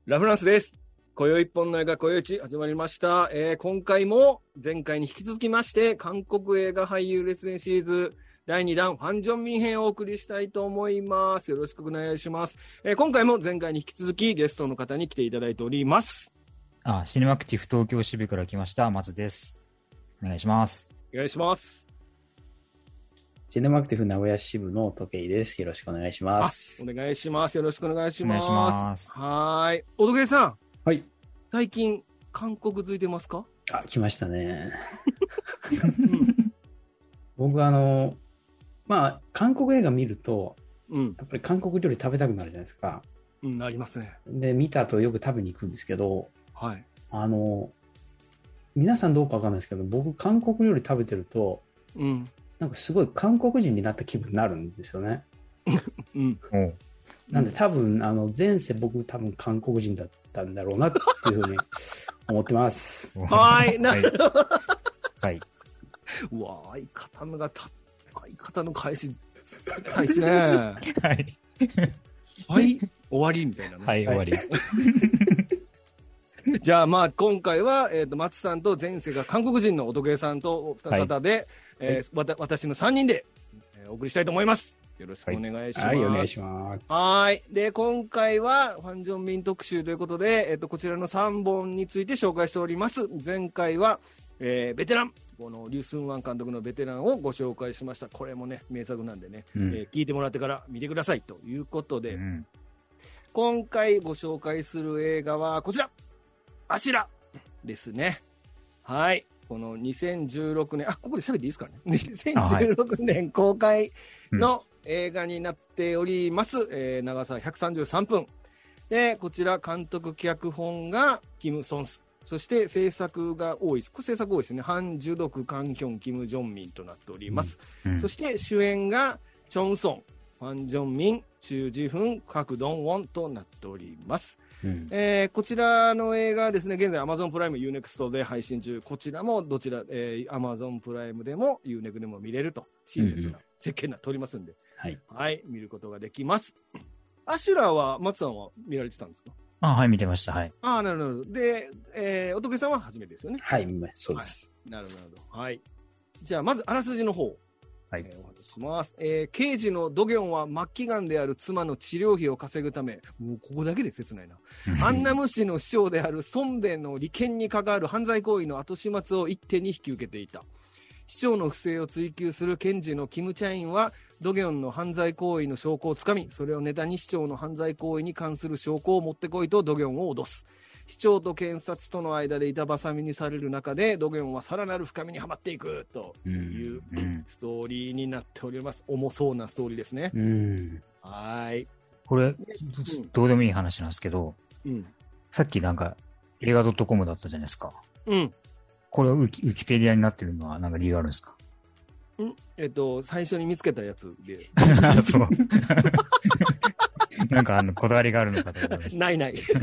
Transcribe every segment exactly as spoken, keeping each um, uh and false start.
ラフランスです。今宵一本の映画、今宵一始まりました、えー。今回も前回に引き続きまして、韓国映画俳優列伝シリーズだいにだん、ファン・ジョンミン編をお送りしたいと思います。よろしくお願いします。えー、今回も前回に引き続きゲストの方に来ていただいております。 あ、シネマクティフ東京支部から来ました松です。お願いします。 お願いします。 シネマクティフ名古屋支部の時計です。よろしくお願いします。 お願いします。よろしくお願いします。 お願いします。 はい。お時計さん。 はい。 最近韓国付いてますか？ あ、来ましたね。僕あのまあ韓国映画見ると、うん、やっぱり韓国料理食べたくなるじゃないですか。 うん、なりますね。 で見た後よく食べに行くんですけど、 はい。あの皆さんどうかわかんないですけど、僕韓国料理食べてると、うん、なんかすごい韓国人になった気分になるんですよね。うん。なんで多分あの前世僕多分韓国人だったんだろうなっていうふうに思ってます。 はい。なるほど。 はい。 うわー、相方のがた相方の返し高いですね。はい。はい。終わりみたいなね。 はい、終わり。 じゃあまあ今回は、えー、と松さんと前世が韓国人のお時計さんとお二方で、はい、えーわた私のさんにんで、えー、お送りしたいと思います。よろしくお願いします。 はい、はい、お願いします。 はい。で、今回はファン・ジョンミン特集ということで、えっと、こちらのさんぼんについて紹介しております。前回は、えー、ベテラン、このリュ・スンワン監督のベテランをご紹介しました。これもね、名作なんでね、うん、えー、聞いてもらってから見てくださいということで、うん、今回ご紹介する映画はこちら、アシュラですね。はい。このにせんじゅうろくねん、あ、ここで喋っていいですかね。にせんじゅうろくねん公開の映画になっております。うん、えー、長さひゃくさんじゅうさんぷん。で、こちら監督脚本がキム・ソンス。そして制作が多いです。これ制作多いですね。ハン・ジュドク、カン・ヒョン、キム・ジョンミンとなっております。うんうん、そして主演がチョン・ソン、ファン・ジョンミン、チュ・ジフン、カク・ドンウォンとなっております。うん、えー、こちらの映画はですね、現在 Amazon プライム ユーネクスト で配信中。こちらもどちら、えー、Amazon プライムでも ユーネク でも見れると親切な設計になっておりますんで、 うんうん、 はい、はい、見ることができます。アシュラーは松さんは見られてたんですか？ あ、はい、見てました。はい。 あ、なるほど。で、えー、おとけさんは初めてですよね。 はい、そうです。 はい、なるほど。はい。じゃあまずあらすじの方。はい、えー、お話しします、えー。刑事のドギョンは末期がんである妻の治療費を稼ぐため、もうここだけで切ないな。アンナム市の市長であるソンベの利権に関わる犯罪行為の後始末を一手に引き受けていた。市長の不正を追及する検事のキム・チャインは、ドギョンの犯罪行為の証拠をつかみ、それをネタに市長の犯罪行為に関する証拠を持ってこいとドギョンを脅す。市長と検察との間で板挟みにされる中で、ドギョンはさらなる深みにはまっていくというストーリーになっております。重そうなストーリーですね。うん、はい。 これ、どうでもいい話なんですけど、うん、さっきなんか映画 .com だったじゃないですか。うん。これウキ、ウキペディアになってるのはなんか理由あるんですか？ んえっと、最初に見つけたやつで。 そう。なんかあの、こだわりがあるのかと思いました。 ないない。す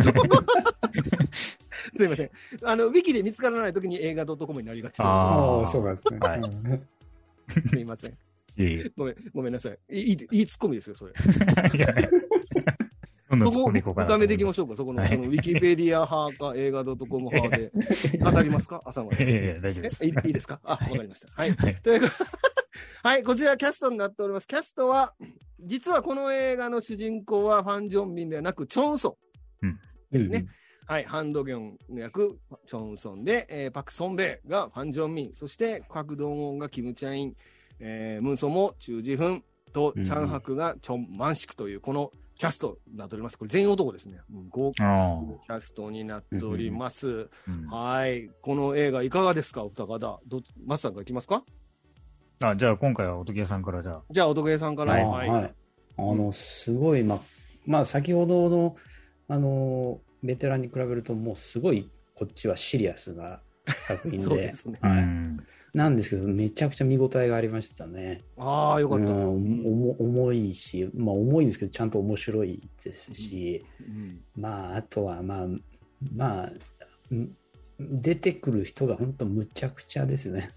いません。あの、ウィキで見つからないときに映画 .com になりがちで。 ああ、そうなんですね。はい。 すいません。 いえいえ。 ごめん、ごめんなさい。いい、いいツッコミですよ、それ。 いやいや。どんどん突っ込んでいこうかな。 深めていきましょうか、そこの、そのウィキペディア派か映画 .com 派で。語りますか朝まで。 いやいや、大丈夫です。 いいですか？あ、わかりました。はい。ということで、はい、こちらキャストになっております。キャストは、実はこの映画の主人公はファン・ジョンミンではなく、チョンソンですね。うん、はい、ハンドギョンの役、チョンソンで、えー、パク・ソンベイがファン・ジョンミン、そしてカク・ドンウォンがキム・チャイン、えー、ムンソもチュ・ジフンとチャンハクがチョン・マンシクという、このキャストになっております。これ全員男ですね。豪華なキャストになっております。うん、はい。この映画いかがですか、お二方。どマスさんからいきますか？ あ、じゃあ今回はおとぎ屋さんからじゃあ。 じゃあおとぎ屋さんから。 はい。はい、あの、すごい、まあ、まあ、先ほどの、あの、ベテランに比べると、もうすごい、こっちはシリアスな作品で。 そうですね。 はい。なんですけど、めちゃくちゃ見応えがありましたね。 ああ、よかった。うん、 重, 重いし、まあ重いんですけど、ちゃんと面白いですし、うんうん、まあ、あとは、まあ、まあ、出てくる人が本当むちゃくちゃですね。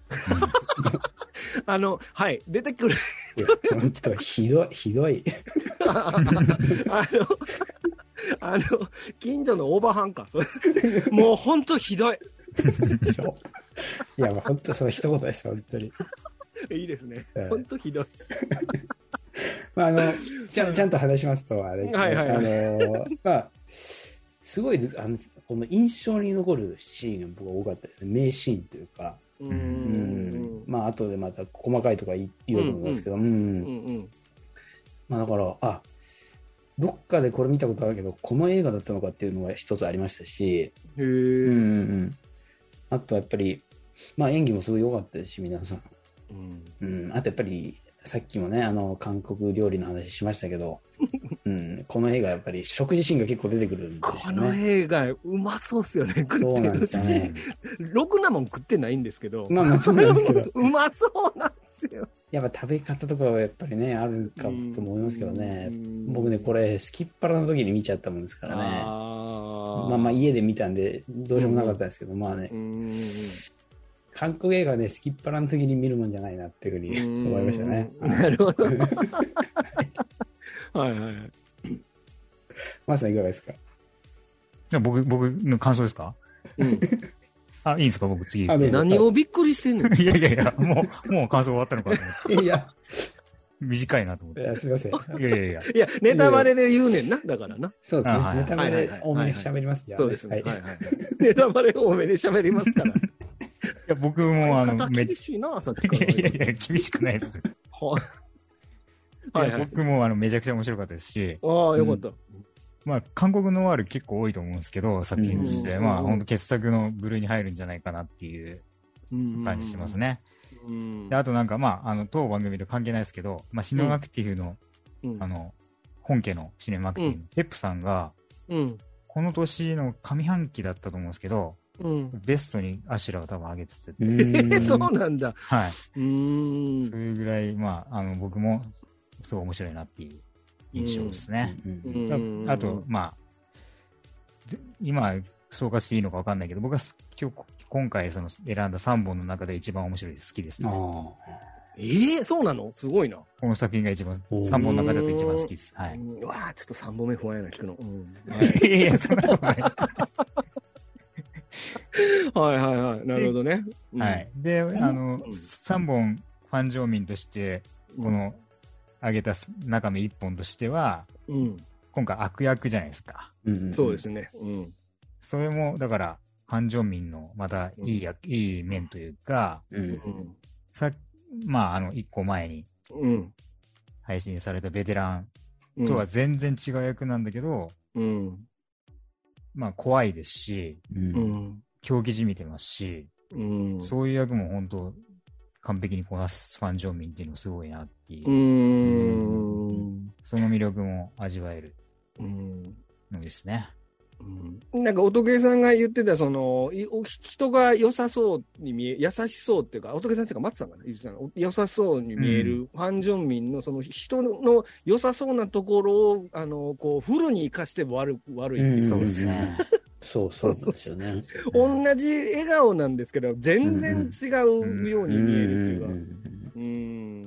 あの、はい、出てくる。 いや、本当ひどい、ひどい。 あの、 あの、近所のオーバーハンか。もう本当ひどい。 そう。いや、もう本当その一言です、本当に。 いいですね。本当ひどい。 まあ、あの、ちゃん、ちゃんと話しますと、あれですね。はいはいはい、あの、まあ、すごい、あの、この印象に残るシーンが僕は多かったですね。名シーンというか。うん。うんまあ、後でまた細かいとか言おうと思いますけど、うん。うんうん、まあ、だから、あ、どっかでこれ見たことあるけど、この映画だったのかっていうのが一つありましたし、へー。うんうん。あとはやっぱり、まあ演技もすごい良かったですし、皆さん。うん。うん。あとやっぱり、さっきもね、あの、韓国料理の話しましたけど、うん、この映画やっぱり食事シーンが結構出てくるんですよね。 この映画、うまそうっすよね、食ってるし。ね、ろくなもん食ってないんですけど。 まあまあそうなんですけど。 うまそうなんですよ。 やっぱ食べ方とかはやっぱりね、あるかと思いますけどね。僕ね、これ、すきっ腹の時に見ちゃったもんですからね。あまあまあ家で見たんで、どうしようもなかったんですけど、まあね。韓国映画ね、すきっ腹の時に見るもんじゃないなっていうふうに思いましたね。なるほど。はいはいはい。マスさんいかがですか？いや僕、僕の感想ですか？うん。あ、いいんですか僕次。 何をびっくりしてんの？ いやいやいや、もう、もう感想終わったのかと思って。 いや。 短いなと思って。 いや、すいません。いやいやいや。いや、ネタバレで言うねんな、だからな。 そうですね。ネタバレ多めに喋ります。じゃあ。 そうですね。はいはい。ネタバレ多めで喋りますから。 いや、僕もあの、 め厳しいな、さっきから。 いやいやいや、厳しくないです。はい。はいはい、僕もあの、めちゃくちゃ面白かったですし。 ああ、よかった。うん、まあ、韓国ノワール結構多いと思うんですけど、作品として。うん、まあ、本当傑作の部類に入るんじゃないかなっていう感じしますね。うん、であとなんか、まあ、あの、当番組と関係ないですけど、まあ、シネマアクティブの、うん、あの、本家のシネマアクティブ、うん、ペップさんが、うん、この年の上半期だったと思うんですけど、うん、ベストにアシュラを多分上げてて。 えー、そうなんだ。 はい。うーん。そういうぐらい、まあ、あの、僕も、すごい面白いなっていう印象ですね。うんうん、あと、まあ、今、総括していいのか分かんないけど、僕は今日、今回その選んださんぼんの中で一番面白いです。好きですね。 えー、そうなのすごいな。 この作品が一番、さんぼんの中だと一番好きです。はい。 うわぁ、ちょっとさんぼんめ不安やな、聞くの。うん、 いやいや、そんなことないです。 はいはいはい。なるほどね。 はい。で、あの、さんぼんファン上民として、この、挙げた中のいっぽんとしては、うん、今回悪役じゃないですか。 うん、そうですね。うん。 それも、だから、ファン上民のまたいいや、うん、いい面というか、うん、さまあ、あの、いっこまえに、配信されたベテランとは全然違う役なんだけど、うん、まあ、怖いですし、うん、狂気じみてますし、うん、そういう役も本当完璧にこなすファン・ジョンミンっていうのすごいなっていう、うん、その魅力も味わえるのですね。 うん、なんか仏さんが言ってたその人が良さそうに見え優しそうっていうか仏さんっていうか松さんが、ね、言ってたの良さそうに見えるファン・ジョンミンのその人の良さそうなところをあのこうフルに生かして悪悪いっていう、 そうですね。そうそうですよね。 同じ笑顔なんですけど全然違うように見えるっていうか、 うん、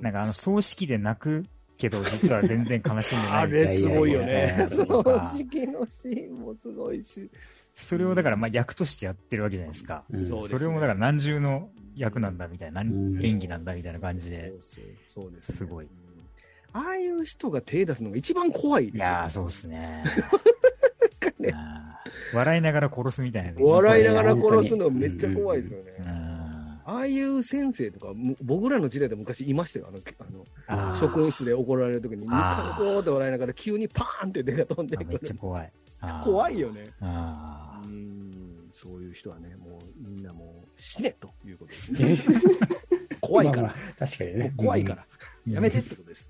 なんかあの葬式で泣くけど実は全然悲しんでないあれすごいよね。葬式のシーンもすごいし、 それをだからまあ役としてやってるわけじゃないですか。うん、それもだから何重の役なんだみたいな、うん、演技なんだみたいな感じで、そうそうです、ね、すごい。 ああいう人が手出すのが一番怖いですよ、ね。 いやーそうですね。ね笑いながら殺すみたいな、 ね。笑いながら殺すのめっちゃ怖いですよね。うんああいう先生とか、僕らの時代で昔いましたよ。あの、あの職員室で怒られるときに、ニコニコって笑いながら急にパーンって手が飛んでくる。 めっちゃ怖い。 怖いよね。あうんそういう人はね、もうみんなもう死ねということですね。怖いから。まあまあ確かにね。怖いから。やめてってことです。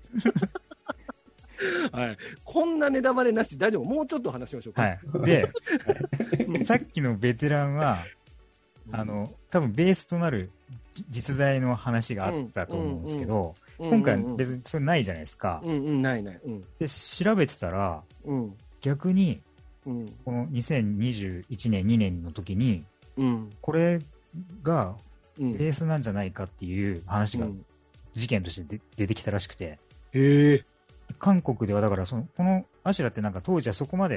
はい。こんなネタバレなし大丈夫。もうちょっと話しましょうか。 はい。で、さっきのベテランは、あの、多分ベースとなる実在の話があったと思うんですけど、うんうんうん、今回別にそれないじゃないですか。 うんうん、ないない。うん、 で、調べてたら、うん、逆に、うん、このにせんにじゅういちねん、にねんの時に、うん、これがベースなんじゃないかっていう話が事件としてで出てきたらしくて、 へー。 韓国ではだからその、このアシュラってなんか当時はそこまで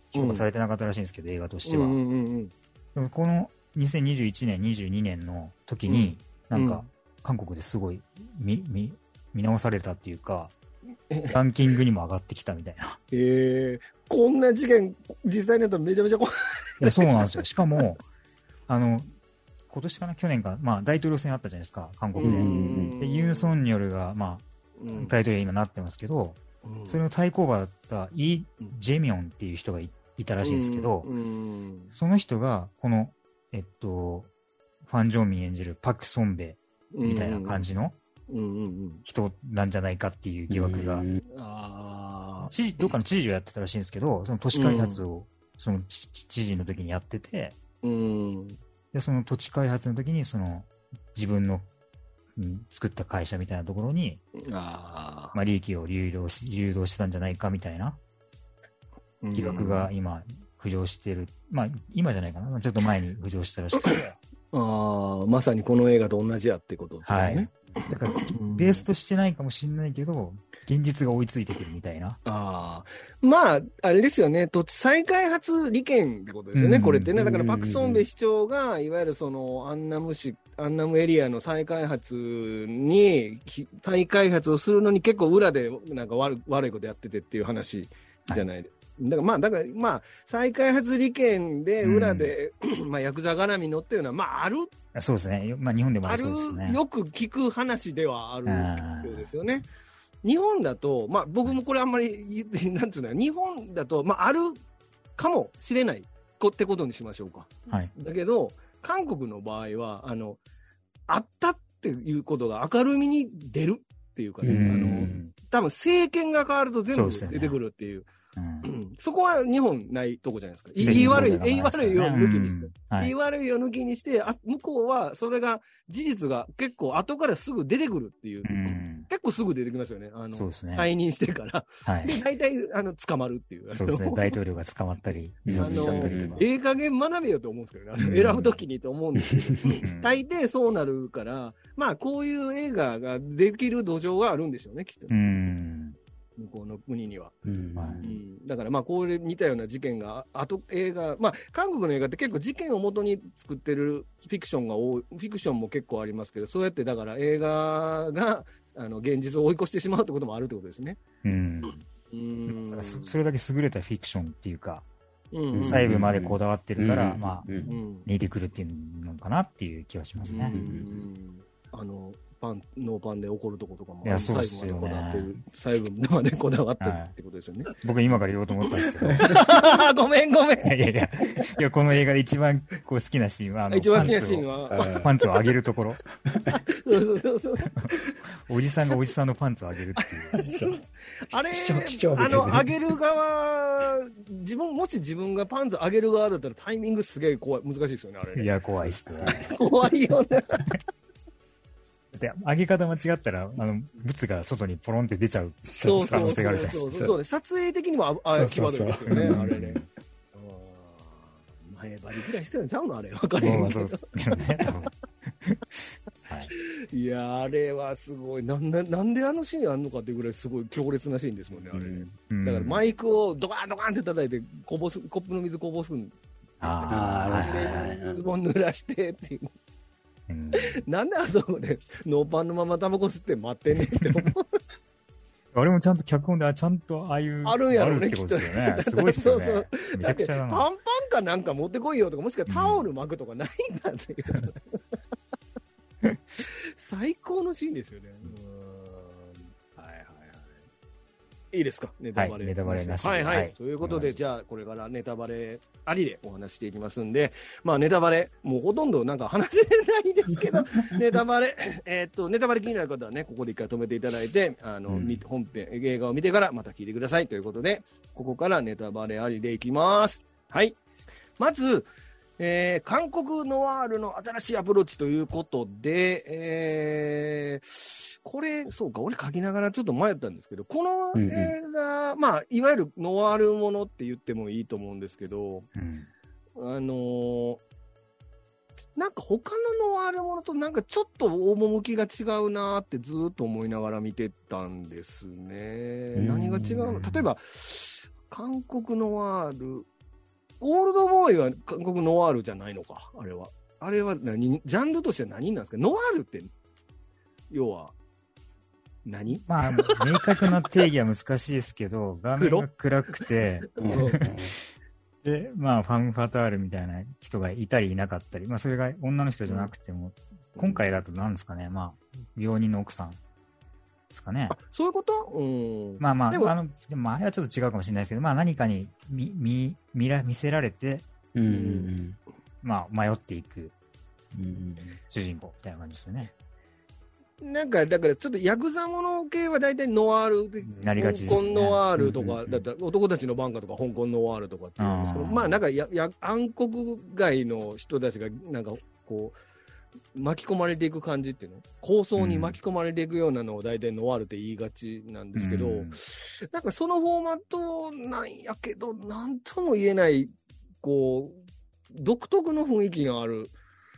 評価されてなかったらしいんですけど、うん、映画としては、うんうんうん、でもこのにせんにじゅういちねんにじゅうにねんの時に、うん、なんか韓国ですごい 見, 見, 見直されたっていうかランキングにも上がってきたみたいな。 えー、こんな事件実際にやったらめちゃめちゃ怖い。 いやそうなんですよ。しかもあの今年かな去年か、まあ、大統領選あったじゃないですか韓国で。でユン・ソンニョルが、まあ、大統領に今なってますけど、うん、それの対抗馬だったイ・ジェミョンっていう人が い, いたらしいんですけど、うん、その人がこの、えっと、ファン・ジョンミン演じるパク・ソンベみたいな感じの人なんじゃないかっていう疑惑が、うん、あ知事どっかの知事をやってたらしいんですけど、その都市開発をその知事の時にやってて、うんでその土地開発の時にその自分の、うん、作った会社みたいなところにあ、まあ、利益を流動し誘導してたんじゃないかみたいな疑惑が今浮上している、まあ今じゃないかなちょっと前に浮上したらしくてあまさにこの映画と同じやってことですね、はい、 だからベースとしてないかもしれないけど現実が追いついてくるみたいな。 あまあ、あれですよね、土地再開発利権ってことですよね、うん、これってね。だからパク・ソンベ市長が、いわゆるそのアンナム市、アンナムエリアの再開発に、再開発をするのに結構裏でなんか 悪, 悪いことやっててっていう話じゃないですか。はい、だからまあ、だからまあ、再開発利権で裏で、うん、まあ、ヤクザ絡みのっていうのは、まあ、ある。 そうですね。まあ、日本でもあるそうですね。 よく聞く話ではあるようですよね。日本だと、まあ、僕もこれあんまりなんつうの日本だと、まあ、あるかもしれないってことにしましょうか、はい、だけど韓国の場合はあのあったっていうことが明るみに出るっていうかね、あの多分政権が変わると全部出てくるっていう、うん、そこは日本ないとこじゃないですか。言い悪い、言い悪いを抜きにして、はい、言い悪いを抜きにして、あ、向こうはそれが事実が結構後からすぐ出てくるっていう、うん、結構すぐ出てきますよね。あの、そうですね、退任してから、はい、で大体あの捕まるっていう。 そうですね。大統領が捕まったり、 自殺しちゃったりとか。ええ加減学べよと思うんですけどね。あの選ぶときにと思うんですけど、うん、大抵そうなるから、まあこういう映画ができる土壌があるんでしょうね、きっと、ね。うん向こうの国には、うんうん、だからまあこう似たような事件があと映画、まあ、韓国の映画って結構事件をもとに作ってるフィクションが多い、フィクションも結構ありますけど、そうやってだから映画があの現実を追い越してしまうってこともあるってことですね。うんうんそ, それだけ優れたフィクションっていうか、うん、細部までこだわってるから、うんまあうん、似てくるっていうのかなっていう気はしますね。うん、 あのパンノーパンで怒るとことかも最後までこだわってる、最後までこだわってるってことですよね。はい、 僕今から言おうと思ったんですけどごめんごめんいやいやいやいやこの映画で一番こう好きなシーンはあの一番好きなシーンはパンツを上げるところそうそうそうそうおじさんがおじさんのパンツを上げるっていうあれあの上げる側自分もし自分がパンツ上げる側だったらタイミングすげえ怖い難しいですよねあれね。 いや怖いっすね怖いよねで上げ方間違ったらあの物が外にポロンって出ちゃう可能性があるじゃないですか。 そうね撮影的にもああ際どいですよねあれね。前張りぐらいしてたんちゃうのあれ分かれへんけど。いやあれはすごいなんななんであのシーンあんのかっていうぐらいすごい強烈なシーンですもんねあれね、うん、だからマイクをドカンドカンって叩いてこぼすコップの水こぼすんでしたズボン濡らしてっていううん、なんであそこでノーパンのままタバコ吸って待ってんねんって思う俺もちゃんと脚本でちゃんとああいうあるんやろねってことですよね。すごいっすよね。そうそうめちゃくちゃだな。 パンパンかなんか持ってこいよとかもしくはタオル巻くとかないんだっていう、うん、最高のシーンですよね。うんはいはいはいいいですかネタバレ、はい、 ネタバレなしではいはい、はい、ということでじゃあこれからネタバレありでお話していきますんでまあネタバレもうほとんどなんか話せないですけどネタバレえっとネタバレ気になる方はねここで一回止めていただいてあの、うん、本編映画を見てからまた聞いてくださいということでここからネタバレありでいきますはいまずえー、韓国ノワールの新しいアプローチということで、えー、これ、そうか、俺書きながらちょっと迷ったんですけど、この映画、うんうん、まあ、いわゆるノワールものって言ってもいいと思うんですけど、うん、あのー、なんか他のノワールものとなんかちょっと趣が違うなってずっと思いながら見てたんですね。何が違うの？例えば、韓国ノワール、 オールドボーイは韓国ノワールじゃないのか、あれは。あれは何、ジャンルとしては何なんですか？ノワールって、要は、何？ まあ、明確な定義は難しいですけど、画面が暗くて、で、まあ、ファンファタールみたいな人がいたりいなかったり、まあ、それが女の人じゃなくても、うん、今回だと何ですかね、まあ、病人の奥さんですかね。 あ、そういうこと？うん。 まあまあ、でも、あの、でもあれはちょっと違うかもしれないですけど、まあ何かに見、見、見ら、見せられて、 うんうんうん、 まあ、迷っていく、主人公みたいな感じですよね。 なんか、だからちょっとヤクザもの系は大体ノワールで、 なりがちですね。 香港ノワールとか、だったら男たちのバンカとか香港ノワールとかって言うんですけど、まあなんかや、や、暗黒街の人たちが、なんかこう、巻き込まれていく感じっていうの、構想に巻き込まれていくようなのを大体ノワールって言いがちなんですけど、うん、なんかそのフォーマットなんやけど、なんとも言えない、こう、独特の雰囲気がある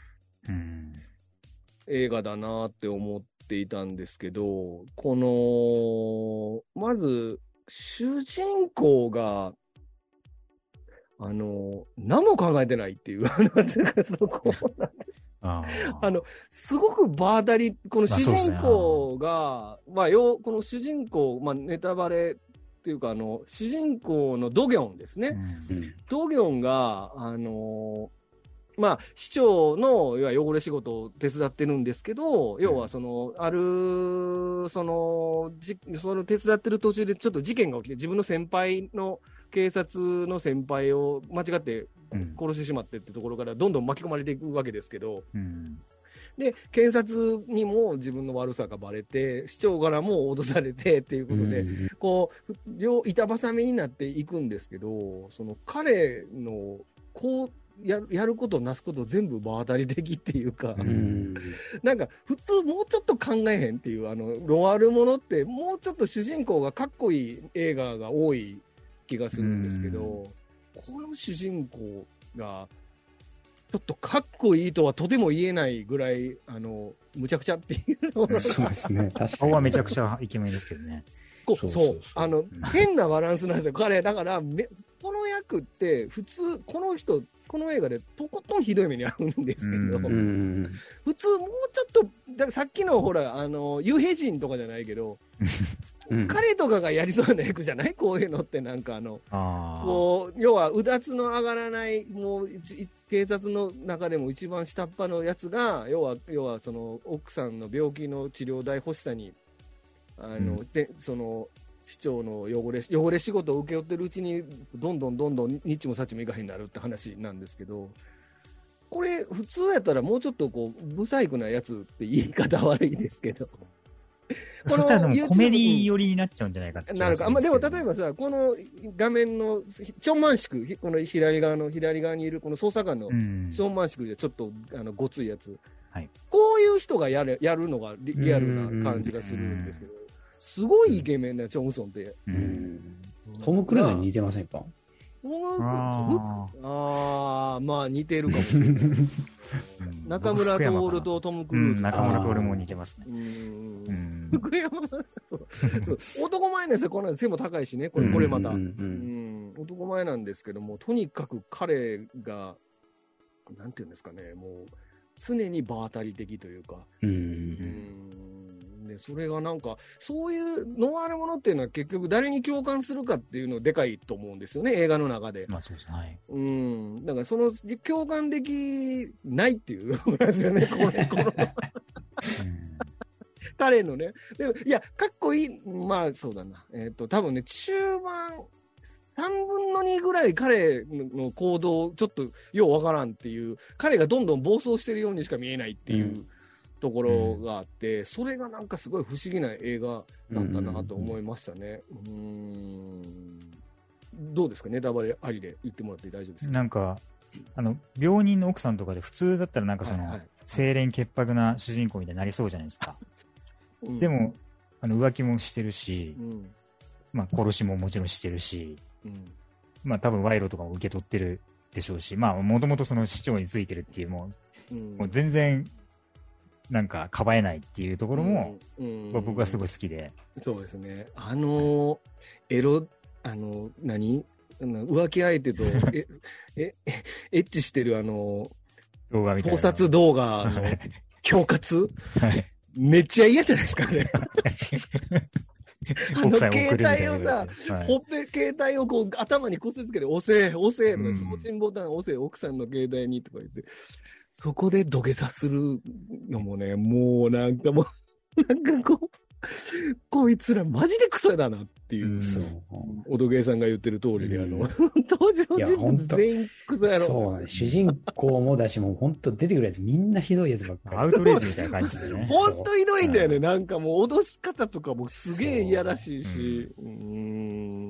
映画だなって思っていたんですけど、この、まず、主人公が、あの、何も考えてないっていう、あの、そこなんです。あ, あの、すごく場当たり、この主人公が、まあ、まあ、よこの主人公、まあ、ネタバレっていうか、あの、主人公のドギョンですね。うん、ドギョンが、あの、まあ、市長の、要は汚れ仕事を手伝ってるんですけど、要は、その、ある、その、じ、その手伝ってる途中でちょっと事件が起きて、自分の先輩の、警察の先輩を間違って殺してしまってってところからどんどん巻き込まれていくわけですけど、うん、で、検察にも自分の悪さがバレて、市長からも脅されてっていうことで、うん、こう、両板挟みになっていくんですけど、その彼の、こう、や, やることなすこと全部場当たり的っていうか、うん、なんか普通もうちょっと考えへんっていう、あの、ロワールものってもうちょっと主人公がかっこいい映画が多い気がするんですけど、この主人公がちょっとかっこいいとはとても言えないぐらい、あの、むちゃくちゃっていうのがそうですね。確かに。 顔はめちゃくちゃイケメンですけどね。 こうそうそうそう、あの、変なバランスなんですよ。彼、だからめ、この役って普通、この人、この映画でとことんひどい目に遭うんですけど、普通もうちょっと、だからさっきのほら、あの、ユヘジンとかじゃないけど、うん、彼とかがやりそうな役じゃない？こういうのってなんかあの、あこう、要はうだつの上がらない、もう警察の中でも一番下っ端のやつが、要は、要はその奥さんの病気の治療代欲しさに、あの、うん、で、その、市長の汚れ、汚れ仕事を請け負ってるうちに、どんどんどんどんニッチもサッチもいかへんになるって話なんですけど、これ普通やったらもうちょっとこう、ブサイクなやつって言い方悪いですけど、 そしたらコメディ寄りになっちゃうんじゃないかって気がするんですけど。 なるか。まあ、でも例えばさ、この画面のチョンマンシク、この左側の左側にいるこの捜査官のチョンマンシクでちょっとあのごついやつ、はい、こういう人がやるやるのがリアルな感じがするんですけど、すごいイケメンなチョンウソンって。 うん、トム・クルーズに似てませんか？ ああ、まあ似てるかもしれない。中村徹とトム・クルーズ、 うん、中村徹も似てますね。 福山そう男前なんですよ、この背も高いしね、これこれまた、うん、男前なんですけども、とにかく彼が、なんていうんですかね、もう常に場当たり的というか、うんうんでそれがなんか、そういうノワールものっていうのは結局誰に共感するかっていうのでかいと思うんですよね、映画の中で。 まあそうですね。はい。 うん。だからその共感できないっていうことなんですよね、これ、この。彼のね。でも、いや、かっこいい。まあそうだな。えっと、多分ね、中盤、さんぶんのにぐらい彼の行動、ちょっとようわからんっていう、彼がどんどん暴走してるようにしか見えないっていう。うんところがあって、うん、それがなんかすごい不思議な映画だったなと思いましたね。うーんどうですか、ネタバレありで言ってもらって大丈夫ですか？ なんかあの病人の奥さんとかで普通だったらなんかその、はいはい、清廉潔白な主人公みたいになりそうじゃないですか。うん、でもあの浮気もしてるし、うん、まあ殺しももちろんしてるし、うん、まあ多分賄賂とかも受け取ってるでしょうし、まあもともとその市長についてるっていうもう、うん、もう全然なんかかばえないっていうところも、うんうん、僕はすごい好きで。 そうですね。あのエロあの何浮気相手とええエッチしてるあの動画みたいな盗撮動画の恐喝、はい、めっちゃ嫌じゃないですかあれあの携帯をさ、はい、ほっぺ携帯をこう頭にこすりつけて押せ押せとか、送信ボタン押せ奥さんの携帯にとか言ってそこで土下座するのもねもうなんかもうなんかこうこいつらマジでクソだなっていう、うん、おどげさんが言ってる通りに、うん、あの登場人物全員クソやろ。 そうなんです。主人公もだし、もう本当出てくるやつみんなひどいやつばっかり。 アウトレイジみたいな感じですよね。 本当ひどいんだよね。なんかもう脅し方とかもすげえいやらしいし。う、うん、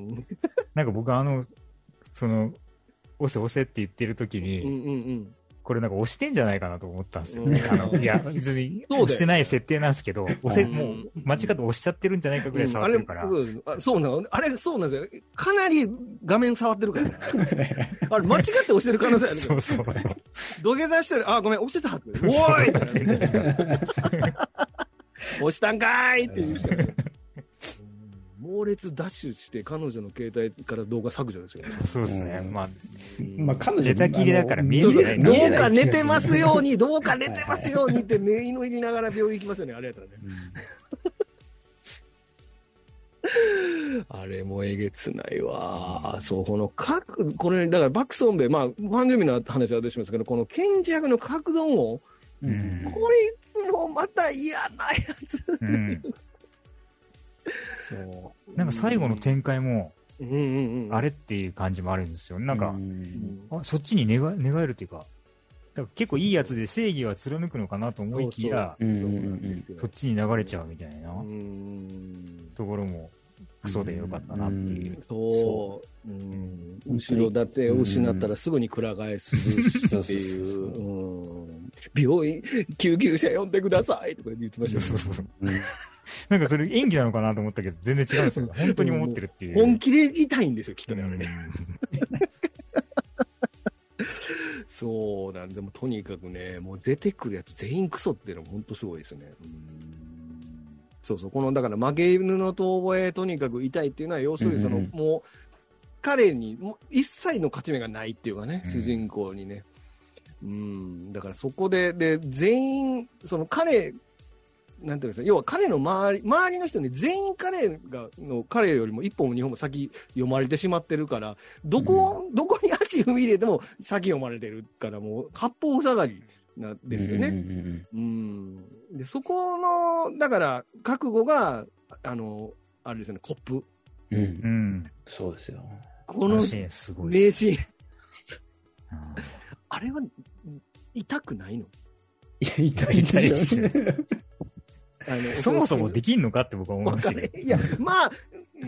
なんか僕あのその押せ押せって言ってる時に。うんうんうんこれなんか押してんじゃないかなと思ったんですよね。あのいや、別に押してない設定なんですけど、押せ、もう間違って押しちゃってるんじゃないかぐらい触ってるから。 うん、あれそうなのあれ、そうなんですよ。かなり画面触ってるからね。あれ、間違って押してる可能性あるから。そうそう。土下座してる、あ、ごめん、押してたって。おーいって押したんかーいって言う人。猛烈ダッシュして彼女の携帯から動画削除ですよね。 そうですね。まあ、 まあ彼女寝たきりだから見えてない。 どうか寝てますように、どうか寝てますようにってね祈りながら病院行きますよね。あれやったらね。うん、あれもえげつないわ。そうこの各これだからバックソンベまあファンジュミの話はどうしますけどこの賢治役の角度も、うん、こいつもまた嫌なやつ。うんそうなんか最後の展開も、うんうんうん、あれっていう感じもあるんですよ。なんか、うん、あそっちに寝が寝返るっていうか、だから結構いいやつで正義は貫くのかなと思いきや、そっちに流れちゃうみたいな、うん、ところもクソでよかったなっていう。うん、 そう、うん、後ろ盾を失ったらすぐにくら替えするっていう、うん、病院救急車呼んでくださいとか言ってましたよね。そうそうそうなんかそれ演技なのかなと思ったけど全然違うんですよ。本当に思ってるっていう。 本気で痛いんですよきっとね。あれねそうなんでもとにかくねもう出てくるやつ全員クソっていうのも本当すごいですね。うんそうそうこのだから負け犬の遠吠えとにかく痛いっていうのは要するにその、うんうん、もう彼にも一切の勝ち目がないっていうかね、うん、主人公にね。うんだからそこでで全員その彼なんていうんですか要は彼の周り周りの人に全員彼がの彼よりも一本も二本も先読まれてしまってるからどこ、うん、どこに足踏み入れても先読まれてるからもう八方塞がりなんですよね。うん、うん、でそこのだから覚悟があのあれですよねコップ。 うん、うん、そうですよ。 この名シーンあれは痛くないの？ いや痛い痛いですね。 あのそもそもできんのかって僕は思いましたけど。 いや、まあ、うん、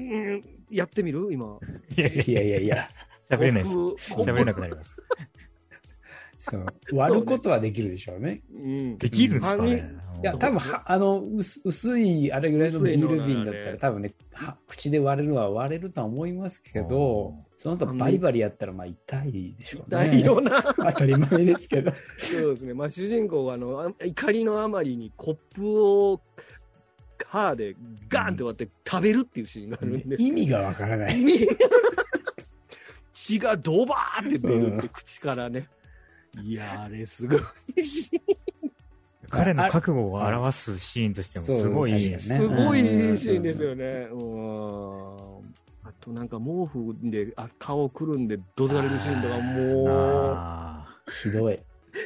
やってみる今。 いやいやいやいや。 喋れないです。喋れなくなります。 そう。割ることはできるでしょうね。 うん、できるんですかね。 いや、多分は、あの、薄、薄い、あれぐらいのビール瓶だったら、多分ね、は口で割れるのは割れるとは思いますけど、その後バリバリやったら、まあ、痛いでしょうね。 痛いよな。 当たり前ですけど。 そうですね。まあ、主人公は、あの、怒りのあまりにコップを、歯でガーンって割って食べるっていうシーンがあるんです、 うん、意味がわからない。 意味血がドバーって出るって口からね。うん、いや、あれすごいシーン。 彼の覚悟を表すシーンとしてもすごいいいですね。 すごいいいシーンですよね。うん。あとなんか毛布であ顔をくるんでどつかれるシーンとかもうひどい。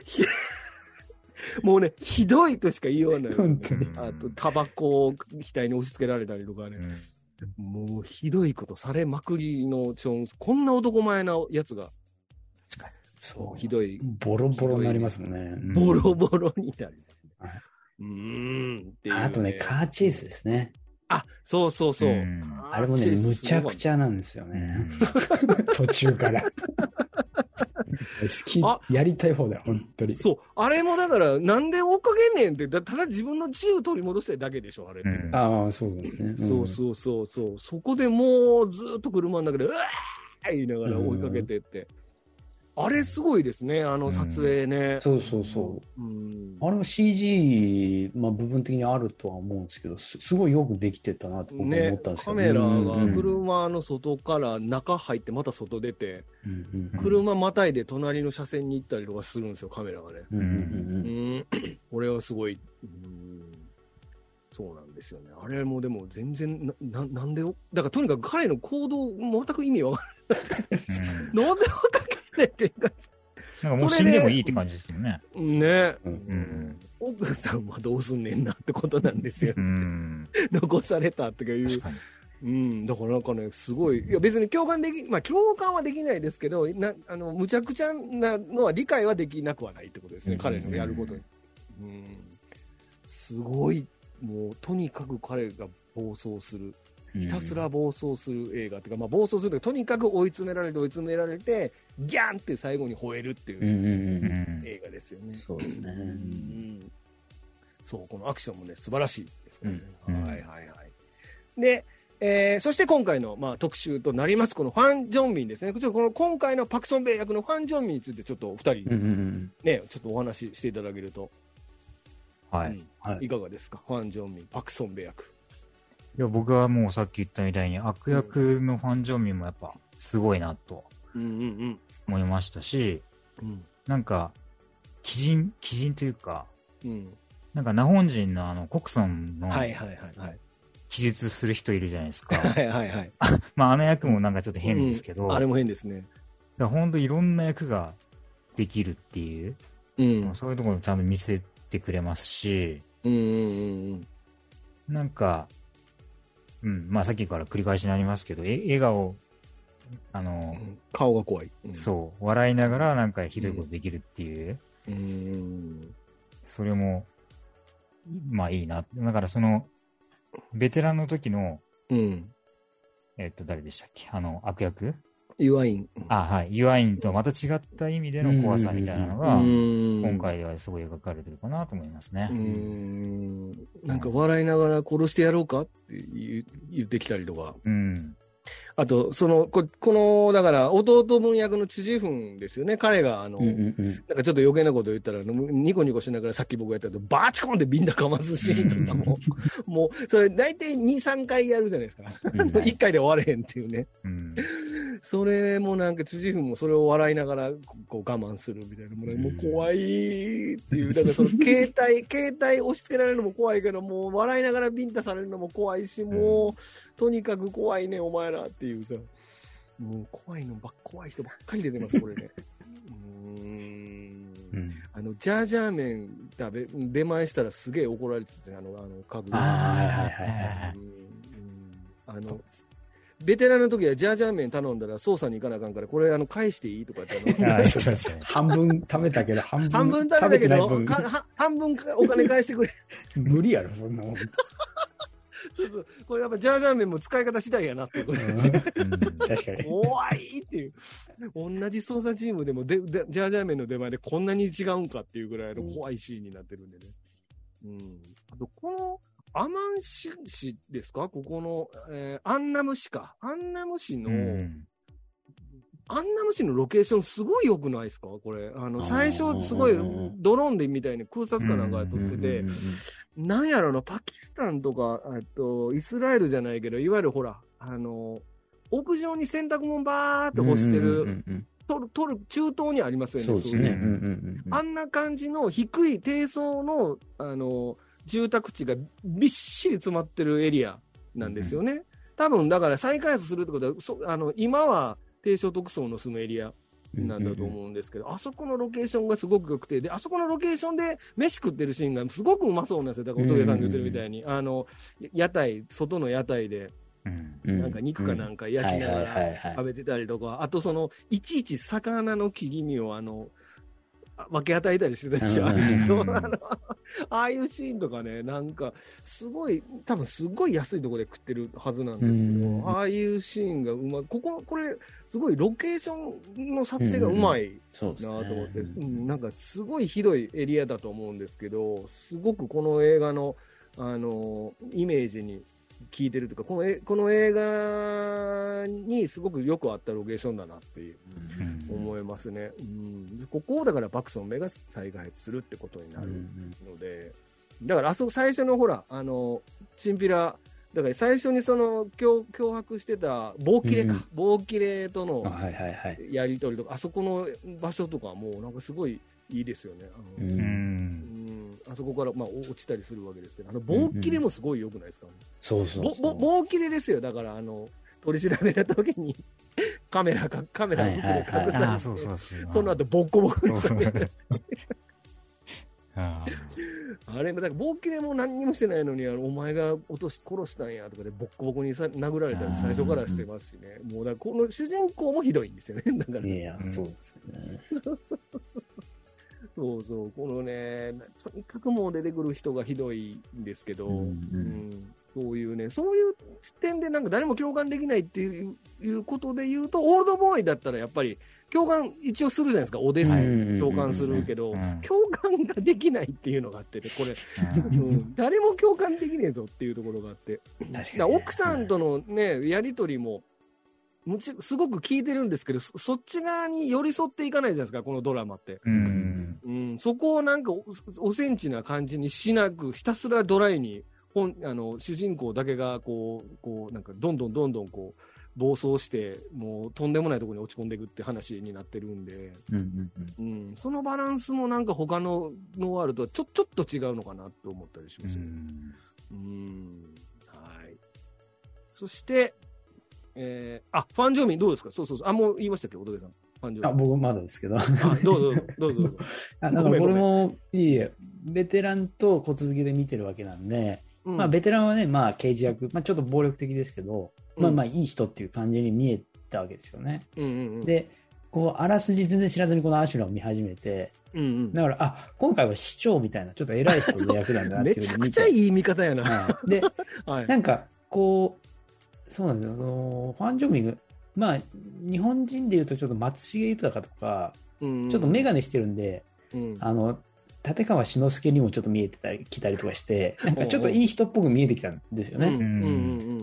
もうねひどいとしか言いようがないですね。あとタバコを額に押し付けられたりとかね。うん、もうひどいことされまくりのちょこんな男前なやつが。 確かに。 そうひどい。 ボロボロになりますもんね。 ボロボロになりますね。 はい、 うーんっていう、 ね。あとね、カーチェイスですね。 あ、そうそうそう。 あれもね、むちゃくちゃなんですよね。途中から。好き、やりたい方だよ、本当に。 そう。あれもだから、なんで追っかけんねんって、ただ自分の自由を取り戻したいだけでしょ、あれって。うん、 ああ、そうなんですね。 うん、そうそうそうそう。そこでもうずっと車の中で、うわー言いながら追いかけてって。 あれすごいですね、あの撮影ね。 うん、そうそうそう。うん、あれは シージー、まあ、部分的にあるとは思うんですけど、す, すごいよくできてたなと僕は思ったんですけど、 ね、カメラが車の外から中入ってまた外出て、うんうんうん、車またいで隣の車線に行ったりとかするんですよ、カメラがね。うんうんうんうん、これはすごい、うん、そうなんですよね。あれもでも全然 な, な, なんでだからとにかく彼の行動全く意味わからない、うん、なんでわかんないっていうか、 なんかもう死んでもいいって感じですもんね。 ね、うん、奥さんはどうすんねんなってことなんですよ。うん、残されたっていう。確かに。うん、だからなんかね、すごい、いや別に共感でき、まあ共感はできないですけど、なあのむちゃくちゃなのは理解はできなくはないってことですね、うん、彼のやることに。うん、すごい、もうとにかく彼が暴走する。ひたすら暴走する映画っていうか、まあ、暴走するというか、とにかく追い詰められて追い詰められてギャンって最後に吠えるっていう映画ですよね。 そうですね、うん、 そうこのアクションもね素晴らしいですからね、うん、はいはいはい。で、えー、そして今回の、まあ、特集となりますこのファン・ジョンミンですね。この今回のパク・ソンベイ役のファン・ジョンミンについてちょっとお二人、うんうん、ね、ちょっとお話ししていただけると、 はい、 うんはい、いかがですか、ファン・ジョンミンパク・ソンベイ役。 いや僕はもうさっき言ったみたいに悪役のファン・ジョンミンもやっぱすごいなと思いましたし、うんうんうん、なんか鬼人鬼人というか、うん、なんかナホン人のあのコクソンの記述する人いるじゃないですか。はいはいはい。まああの役もなんかちょっと変ですけど、 うん、あれも変ですね。 だから本当いろんな役ができるっていう、うん、そういうところをちゃんと見せてくれますし、うんうんうん、なんか。うん、まあさっきから繰り返しになりますけど、え笑顔、あの、 うん、顔が怖い、 うん、そう、笑いながらなんかひどいことできるっていう、うん、それも、まあいいな。だからその、ベテランの時の、うん、えっと、誰でしたっけ、あの、悪役ユアイン。 あ、はい。ユアインとはまた違った意味での怖さみたいなのが、今回ではすごい描かれてるかなと思いますね。うーん。なんか笑いながら殺してやろうかって言ってきたりとか。うん。あと、その、こ, この、だから、弟分役のチュジフンですよね。彼が、あの、うんうんうん、なんかちょっと余計なこと言ったら、ニコニコしながらさっき僕がやったと、バーチコンってビンタかますシーンとかも、もう、それ大体に、さんかいやるじゃないですか。いっかいで終われへんっていうね。うん、それもなんか、チュジフンもそれを笑いながら、こう我慢するみたいな。もう、もう怖いっていう、だからその、携帯、携帯押し付けられるのも怖いけど、もう笑いながらビンタされるのも怖いし、もう、うんとにかく怖いね、お前らっていうさ、もう怖いのばっ、怖い人ばっかり出てます、これね。うーん、うん、あの、ジャージャー麺食べ、出前したらすげえ怒られてて、あの、あの、家具。ああ、はいはいはいはい。あの、ベテランの時はジャージャー麺頼んだら操作に行かなあかんから、これあの返していいとかって半分食べたけど、半分半分食べたけど、半分お金返してくれ。 無理やろ、そんなもん。 そうそうこれやっぱジャージャー麺も使い方次第やなってことですね。うん、確かに。怖いっていう。同じ捜査チームでもででジャージャー麺の出前でこんなに違うんかっていうぐらいの怖いシーンになってるんでね。うん。あと、この、アマン市市ですかここの、えー、アンナム市か。アンナム市の、うん、アンナム市のロケーションすごい良くないですかこれ。あの、最初すごいドローンでみたいに空撮かなんか撮ってて、なんやろな、パキスタンとか、えっと、イスラエルじゃないけど、いわゆるほら、あの、屋上に洗濯物バーって干してる、取る、取る、中東にありますよね、そうですね。あんな感じの低い低層の、あの、住宅地がびっしり詰まってるエリアなんですよね。うん、多分、だから再開発するってことは、そあの今は低所得層の住むエリアなんだと思うんですけど、うんうんうん、あそこのロケーションがすごく良くて、で、あそこのロケーションで飯食ってるシーンがすごくうまそうなんですよ。だから、おとげさんが言ってるみたいに、うんうんうん、あの、屋台、外の屋台で、うん、なんか肉かなんか焼きながら食べてたりとか、あとその、いちいち魚の切り身をあの、分け与えたりしてたでしょ、うんうんうん、あのああいうシーンとかね、なんかすごい多分すごい安いところで食ってるはずなんですけど、うんうん、ああいうシーンがうまい、こここれすごいロケーションの撮影がうまいなと思って、うんうんねうん、なんかすごいひどいエリアだと思うんですけど、すごくこの映画のあのイメージに聞いてるというか、このえこの映画にすごくよくあったロケーションだなっていう、うん、思いますね、うん、ここをだからパクソン目が再開発するってことになるので、うん、だからあそこ最初のほらあのチンピラだから最初にその脅脅迫してた棒切れか、うん、棒切れとのやり取りとか、あそこの場所とかもなんかすごいいいですよね。あの、うんうん、あそこからまあ落ちたりするわけですけど、あの棒切れもすごい良くないですか、ね、うんうん、 そうそうそう、 棒切れですよ。だからあの取り調べた時にカメラかカメラの服で隠されて、その後ボッコボコにされてあ, あれだから棒切れも何にもしてないのに、あのお前が落とし殺したんやとかでボッコボコにさ殴られたり最初からしてますしね、もうだからこの主人公もひどいんですよね。だからいや、そうですよね。 そうそうそうそうそう、このね、とにかくもう出てくる人がひどいんですけど、うんうん、そういうね、そういう視点でなんか誰も共感できないっていう、いうことで言うと、オールドボーイだったらやっぱり共感一応するじゃないですか、オデッセイ共感するけど、うん、共感ができないっていうのがあってね、これ、うん、誰も共感できねえぞっていうところがあって、確かに、ね、奥さんとのね、やりとりも、むちすごく聞いてるんですけど、そ、そっち側に寄り添っていかないじゃないですか、このドラマって。うんうん、そこをなんかお、おセンチな感じにしなく、ひたすらドライに、本あの主人公だけがこう、こうなんかどんどんどんどんこう暴走して、もうとんでもないところに落ち込んでいくって話になってるんで、うんうんうんうん、そのバランスもなんか他のノワールとはちょ、ちょっと違うのかなと思ったりしますね。うん、うんはい。そして、えー、あ、ファン・ジョミンどうですか？そうそうそう。あ、もう言いましたっけ、乙部さん。ファン・ジョミン。 あ、僕まだですけど。あ、 どうぞ、どうぞ、どうぞ。 あ、だからこれも、いいえ、ベテランと小続きで見てるわけなんで、うん、まあ、ベテランはね、まあ、刑事役、まあ、ちょっと暴力的ですけど、うん、まあ、まあ、いい人っていう感じに見えたわけですよね。うんうんうん、で、こう、あらすじ全然知らずにこのアシュラを見始めて、うんうん、だから、あ、今回は市長みたいな、ちょっと偉い人の役なんだなっていうめちゃくちゃいい見方やな。 はい、で、はい、なんか、こう、そうなんですよ。あのファン・ジョミン、まあ、日本人でいうとちょっと松重豊とか、うんうん、ちょっと眼鏡してるんで、うん、あの、立川志の輔にもちょっと見えてたり、来たりとかして、なんかちょっといい人っぽく見えてきたんですよね。うんうんうん、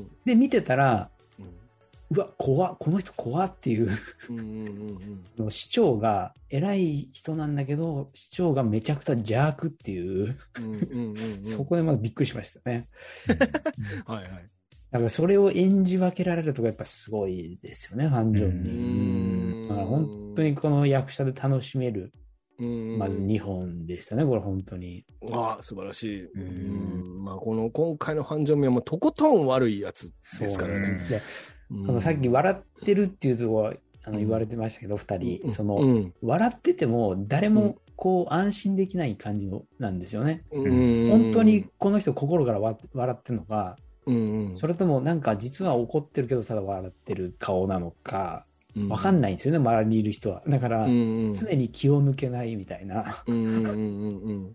で、見てたら、うん、うわ、怖っ、この人怖っていう、うんうんうん、市長が偉い人なんだけど、市長がめちゃくちゃ邪悪っていう、うんうんうんうん、そこでまだびっくりしましたね。はいはい。だからそれを演じ分けられるとかやっぱすごいですよね、ファン・ジョン。だから本当にこの役者で楽しめる、まずにほんでしたね、これ本当に。 ああ、素晴らしい。うんまあ、この今回のファン・ジョンはもうとことん悪いやつですからね。 でこのさっき笑ってるっていうところはあの言われてましたけど、ふたり、その、うん、笑ってても誰もこう安心できない感じのなんですよね。うん本当にこの人心から笑ってるのか、うんうん、それともなんか実は怒ってるけどただ笑ってる顔なのかわかんないんですよね、うん、周りにいる人は。だから、うんうん、常に気を抜けないみたいな、うんうんうんうん、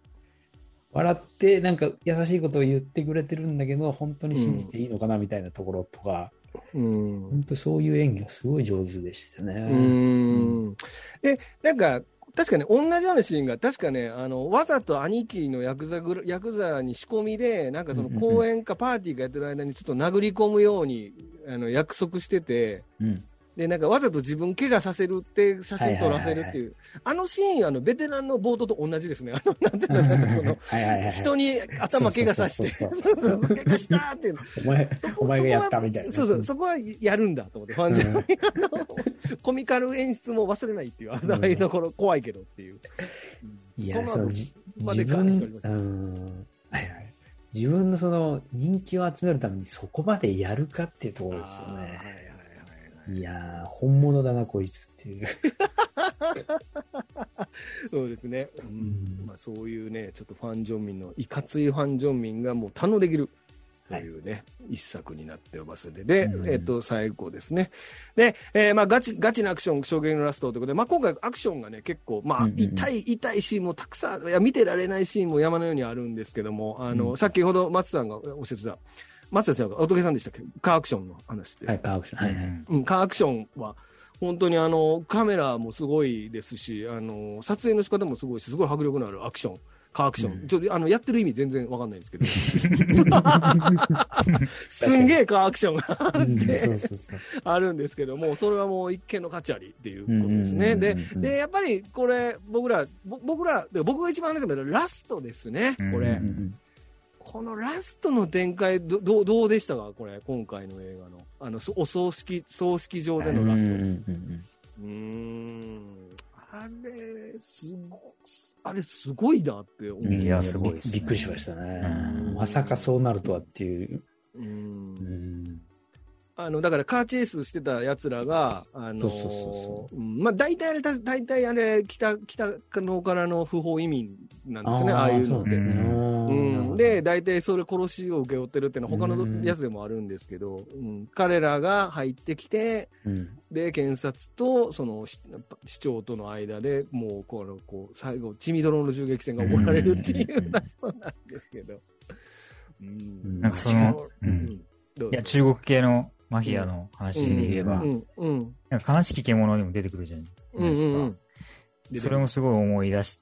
笑ってなんか優しいことを言ってくれてるんだけど本当に信じていいのかなみたいなところとか、うん、本当そういう演技がすごい上手でしたね。うん、 でなんか確かに同じようなシーンが確かねあのわざと兄貴のヤクザグヤクザに仕込みでなんかその公演かパーティーかやってる間にちょっと殴り込むようにあの約束してて、うんでなんかわざと自分怪我させるって写真撮らせるっていう、はいはいはいはい、あのシーンあのベテランの冒頭と同じですね。あのなんていうのなんかそのはいはい、はい、人に頭怪我させてそうそうそうそう怪我したっていうのお前お前がやったみたいな。 そうそうそこはやるんだと思ってファンジのコミカル演出も忘れないっていうああいうところ怖いけどっていう。 うん、いやそう自分うんはいはい自分のその人気を集めるためにそこまでやるかっていうところですよね。いやー本物だなこいつっていうそうですね、うんまあ、そういうねちょっとファン・ジョンミンのいかついファン・ジョンミンがもう堪能できるというね、はい、一作になっておりますので、で、うん、えっと最後ですねで、えー、まあガチガチなアクション衝撃のラストということで、まあ、今回アクションがね結構まあ、うんうん、痛い痛いシーンもたくさんいや見てられないシーンも山のようにあるんですけどもあの、うん、先ほど松さんがおっしゃってた松田さんが乙部さんでしたっけカーアクションの話で、 はい、カーアクション、はいはい、 うん、カーアクションは本当にあのカメラもすごいですしあの撮影の仕方もすごいしすごい迫力のあるアクションカーアクション、うん、ちょっとあのやってる意味全然わかんないんですけどすんげえカーアクションがあって、うん、そうそうそうあるんですけども、それはもう一見の価値ありっていうことですね。ででやっぱりこれ僕ら僕ら僕が一番話したけどラストですね、これ、うんうんうん、このラストの展開 ど, ど, どうでしたか、これ今回の映画のあのお葬式葬式場でのラスト。うんうんうんうーんあれすごあれすごいなって思う。 いやすごいです、ね、びっくりしましたね。まさかそうなるとはっていう。うーんあのだからカーチェイスしてたやつらがあのそうそうそうそう、うん、まあ大体あれ大体あれ北北のからの不法移民なんですね、ああいうのって。うん、で大体それ殺しを請け負ってるっていうのは他のやつでもあるんですけど、うん、彼らが入ってきて、うん、で検察とその市長との間でもうこのこう最後血みどろの銃撃戦が行われるっていうラストなんですけど、 うん、なんかその、うん、いや中国系のマフィアの話で言えば、うんうん、なんか悲しき獣にも出てくるじゃないですか、うんうんうん、それもすごい思い出して、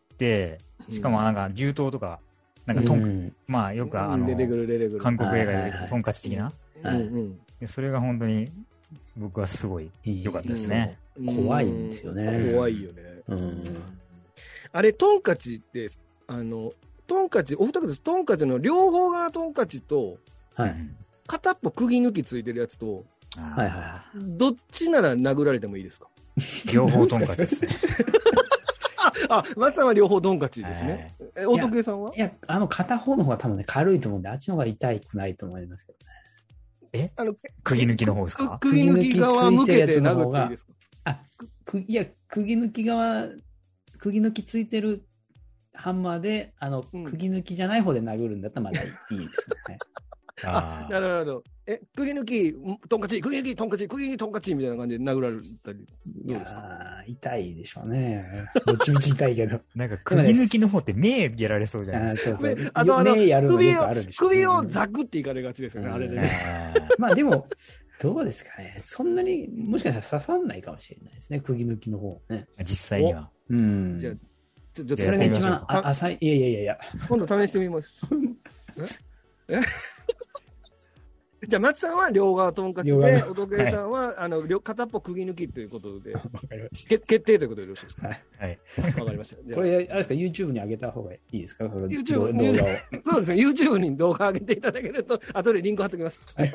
しかもなんか牛刀とかなんかトン、うん、まあよくあの韓国映画でトンカチ的な、はいはいはい、でそれが本当に僕はすごい良かったですね、 うん、怖いんですよね。 怖いよね、うん、あれトンカチってあのトンカチお二方です。トンカチの両方がトンカチと、はい、片っぽ釘抜きついてるやつと、はいはい、どっちなら殴られてもいいですか？ 両方トンカチですね。 あ、松さんは両方トンカチですね。はい、え、おとくえさんは？ いや、あの片方の方が多分ね軽いと思うんで、あっちの方が痛いくないと思いますけどね。え？あの釘抜きの方ですか？ 釘抜き側向けて殴っていいですか？ あ、くいや釘抜き側釘抜きついてるハンマーであの、うん、釘抜きじゃない方で殴るんだったらまだいいですね。 ああ、なるほど。え、釘抜き、トンカチ、釘抜き、トンカチ、釘抜き、トンカチみたいな感じで殴られたり、どうですか？ いや痛いでしょうね。どっちみち痛いけど。 なんか釘抜きの方って目やられそうじゃないですか。 そうそう。 あとあの、 目やるのよくあるでしょ、ね、首をザクっていかれがちですよね、あれでね。 まあでも、どうですかね。そんなに、もしかしたら刺さんないかもしれないですね、釘抜きの方ね。 実際には。 うん。じゃあ、ちょっとそれが一番浅い。いやいやいやいや。 今度試してみます。えじゃあ松さんは両側トンカチで、おとけさんは、はい、あの片っぽ釘抜きということで決定ということでよろしいですか？はい、わかりました。じゃあこれあれですか YouTube に上げた方がいいですか？ YouTube 動画をそうですね YouTube に動画上げていただけると後でリンク貼っておきます。はい、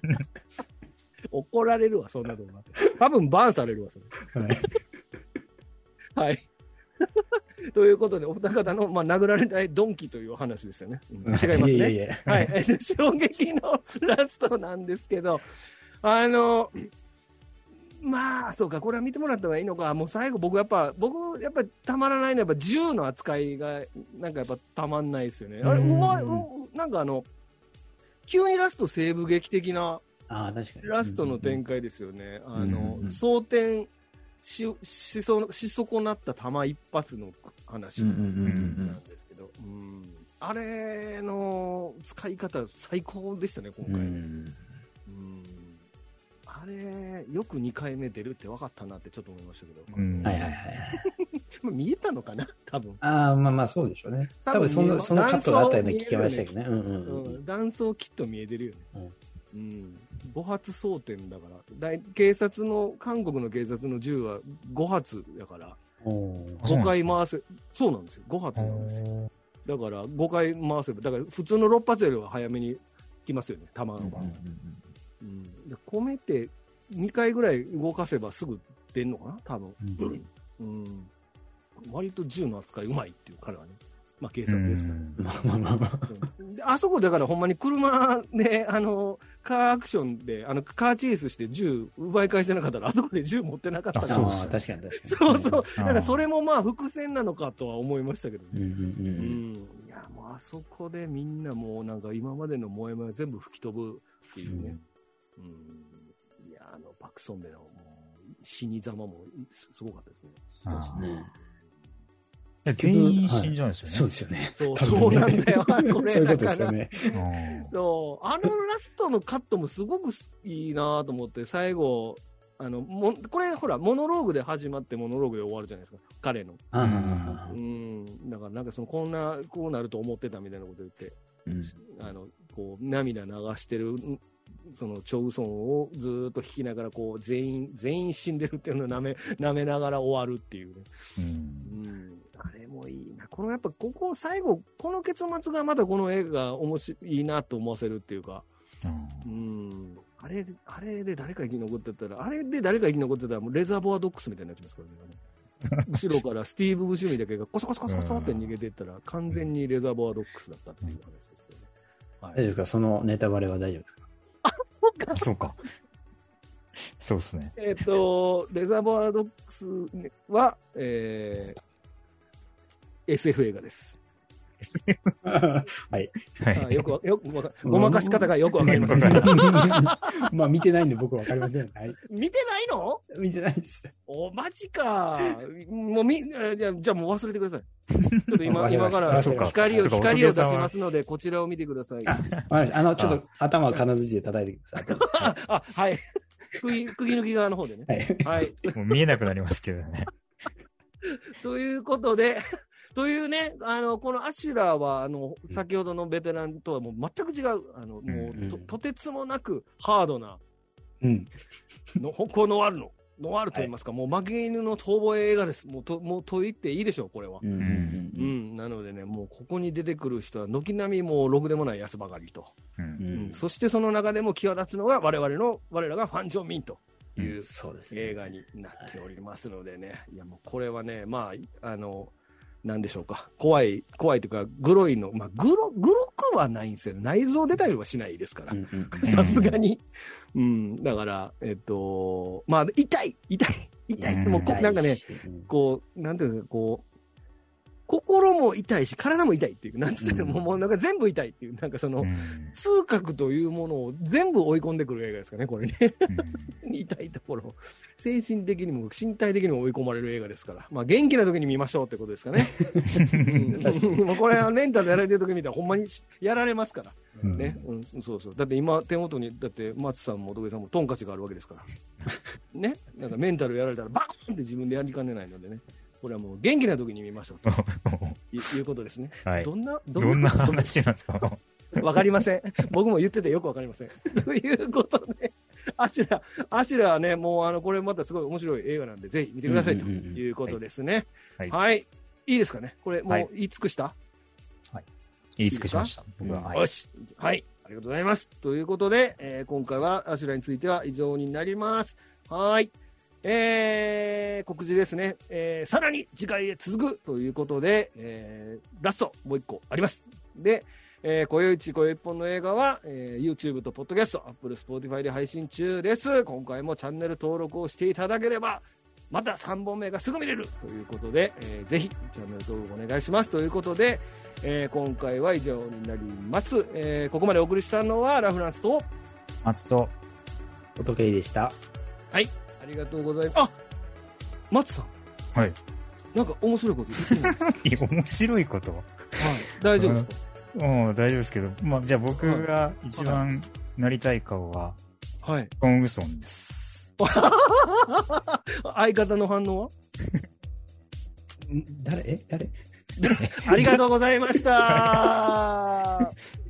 怒られるわそんな動画。多分バーンされるわそれ。はい。はいということで、お二方の、まあ、殴られないドンキというお話ですよね。うん、違いますね。いやいやいやはい。衝撃のラストなんですけど、あの、まあ、そうか、これは見てもらった方がいいのか。もう最後、僕やっぱ、僕、やっぱりたまらないのは、やっぱ銃の扱いが、なんかやっぱたまんないですよね。あれ、うまい、なんかあの、急にラスト西部劇的な、 あ確かにラストの展開ですよね。あの、争点、し, し, そし損なった弾一発の話なんですけど、うんうんうんうん、あれの使い方最高でしたね今回、うんうん、あれよくにかいめ出るって分かったなってちょっと思いましたけど、うんはいはいはい見えたのかな多分。 ああまあまあそうでしょうね。多分そのそのカットがあったように聞きましたけどね。うんうんうん、 弾倉きっと見えてるよね。うんうん、ご発装填だから大警察の韓国の警察の銃はご発だからごかい回せそうなんですよご発なんですよ。だからごかい回せばだから普通のろっ発よりは早めに来ますよね弾が、うんうんうんうん、で込めてにかいぐらい動かせばすぐ出るのかな多分、うんうん、割と銃の扱いうまいっていう彼はねまあ警察ですから、あそこだからほんまに車であのカーアクションであのカーチェイスして銃奪い返してなかったらあそこで銃持ってなかったらそう確かに確かにそうそうだからそれもまあ伏線なのかとは思いましたけどね、うんうんうんうん、いやもうあそこでみんなもうなんか今までの萌え萌え全部吹き飛ぶっていうね、うんうん、いやあのパクソンベのもう死に様もすごかったですね。そうですね全員死んじゃうんですよね。 そうですよね。 そう、そうなんだよ。これそういうことですよね。 そう、あのラストのカットもすごくいいなと思って、最後、 あのもこれほらモノローグで始まってモノローグで終わるじゃないですか彼の。うん、だからなんかそのこんなこうなると思ってたみたいなこと言って、うん、あのこう涙流してるそのチョ・ウソンをずーっと弾きながらこう全員全員死んでるっていうのをなめ舐めながら終わるっていうね。うん、うん、あれもいいな。このやっぱここ最後この結末がまたこの映画面白いいなと思わせるっていうか。うん、あれあれで誰か生き残ってたらあれで誰か生き残ってたらもうレザーボアドックスみたいになっちゃいますからね。後ろからスティーブ・ブシュミだけがコソコソコソコソって逃げていったら完全にレザーボアドックスだったっていう話ですけどね。 はい、大丈夫ですか？そのネタバレは大丈夫ですか？ あ、そうか。 そうか。そうですね。 えっとレザーボアドックスは、えー、エスエフ 映画です。 はい。 あよくわよくわかごまかし方がよくわかりません。 まあ見てないんで僕わかりません。はい。 見てないの？ 見てないです。 おマジか。もうみじゃじゃもう忘れてください。ちょっと今今から光を光を出しますのでこちらを見てください。 あのちょっと頭を金槌で叩いてください。 あはい。釘釘抜き側の方でね。はい。はい、 もう見えなくなりますけどね。 ということで。というね、あのこのアシュラーはあの先ほどのベテランとはもう全く違う、あの、うん、もう と, とてつもなくハードな、うん、の歩行ノワールのノワールといいますか、はい、もう負け犬の逃亡映画です。もうともうと言っていいでしょうこれは。うんうんうんうん、なのでね、もうここに出てくる人は軒並みもうろくでもないやつばかりと、うんうん、そしてその中でも際立つのが我々の我らがファン・ジョンミンという、うん、そうですね、映画になっておりますのでね、いやもうこれはね、まああのなんでしょうか、怖い怖いというかグロいの、まあ、グログロくはないんですよ。内臓出たりはしないですからさすがに、うん、だからえっとまあ痛い痛い痛いってもうこなんかねこうなんていうかこう心も痛いし体も痛いっていうなんつって、うん、もうなんか全部痛いっていうなんかその、うん、痛覚というものを全部追い込んでくる映画ですかねこれね、うん、痛いところ精神的にも身体的にも追い込まれる映画ですから、まあ、元気な時に見ましょうってことですかね、うん、もうこれはメンタルやられてる時見たらほんまにやられますから、うんねうん、そうそうだって今手元にだって松さんも土下さんもトンカチがあるわけですからね、なんかメンタルやられたらバコーンって自分でやりかねないのでね、これはもう元気な時に見ましょうということですね。はい、どんなどんな話なんですか？ わかりません。僕も言っててよくわかりません。ということで、アシュラ、アシュラはね、もうあのこれまたすごい面白い映画なんでぜひ見てくださいということですね。はい、はい、いいですかね。これもう言い尽くした？ はい、言い尽くしました。僕は、 うん、よし、はい、ありがとうございます。ということで、えー、今回はアシュラについては以上になります。はい。えー、告知ですね、えー、さらに次回へ続くということで、えー、ラストもう一個あります。で、えー、今宵一今宵一本の映画は、えー、YouTube と Podcast、Apple、Spotify で配信中です。今回もチャンネル登録をしていただければまたさんぼんめがすぐ見れるということで、えー、ぜひチャンネル登録お願いしますということで、えー、今回は以上になります。えー、ここまでお送りしたのはラフランスと松と仏井でした。 はい、ありがとうございます。あ、松さん。 はい。 なんか面白いこと言ってないですか？ 面白いこと。はい。 大丈夫ですか？ うん、大丈夫ですけど、まあ、じゃあ僕が一番なりたい顔は、 はい。 トンウソンです。 相方の反応は誰え誰ありがとうございました。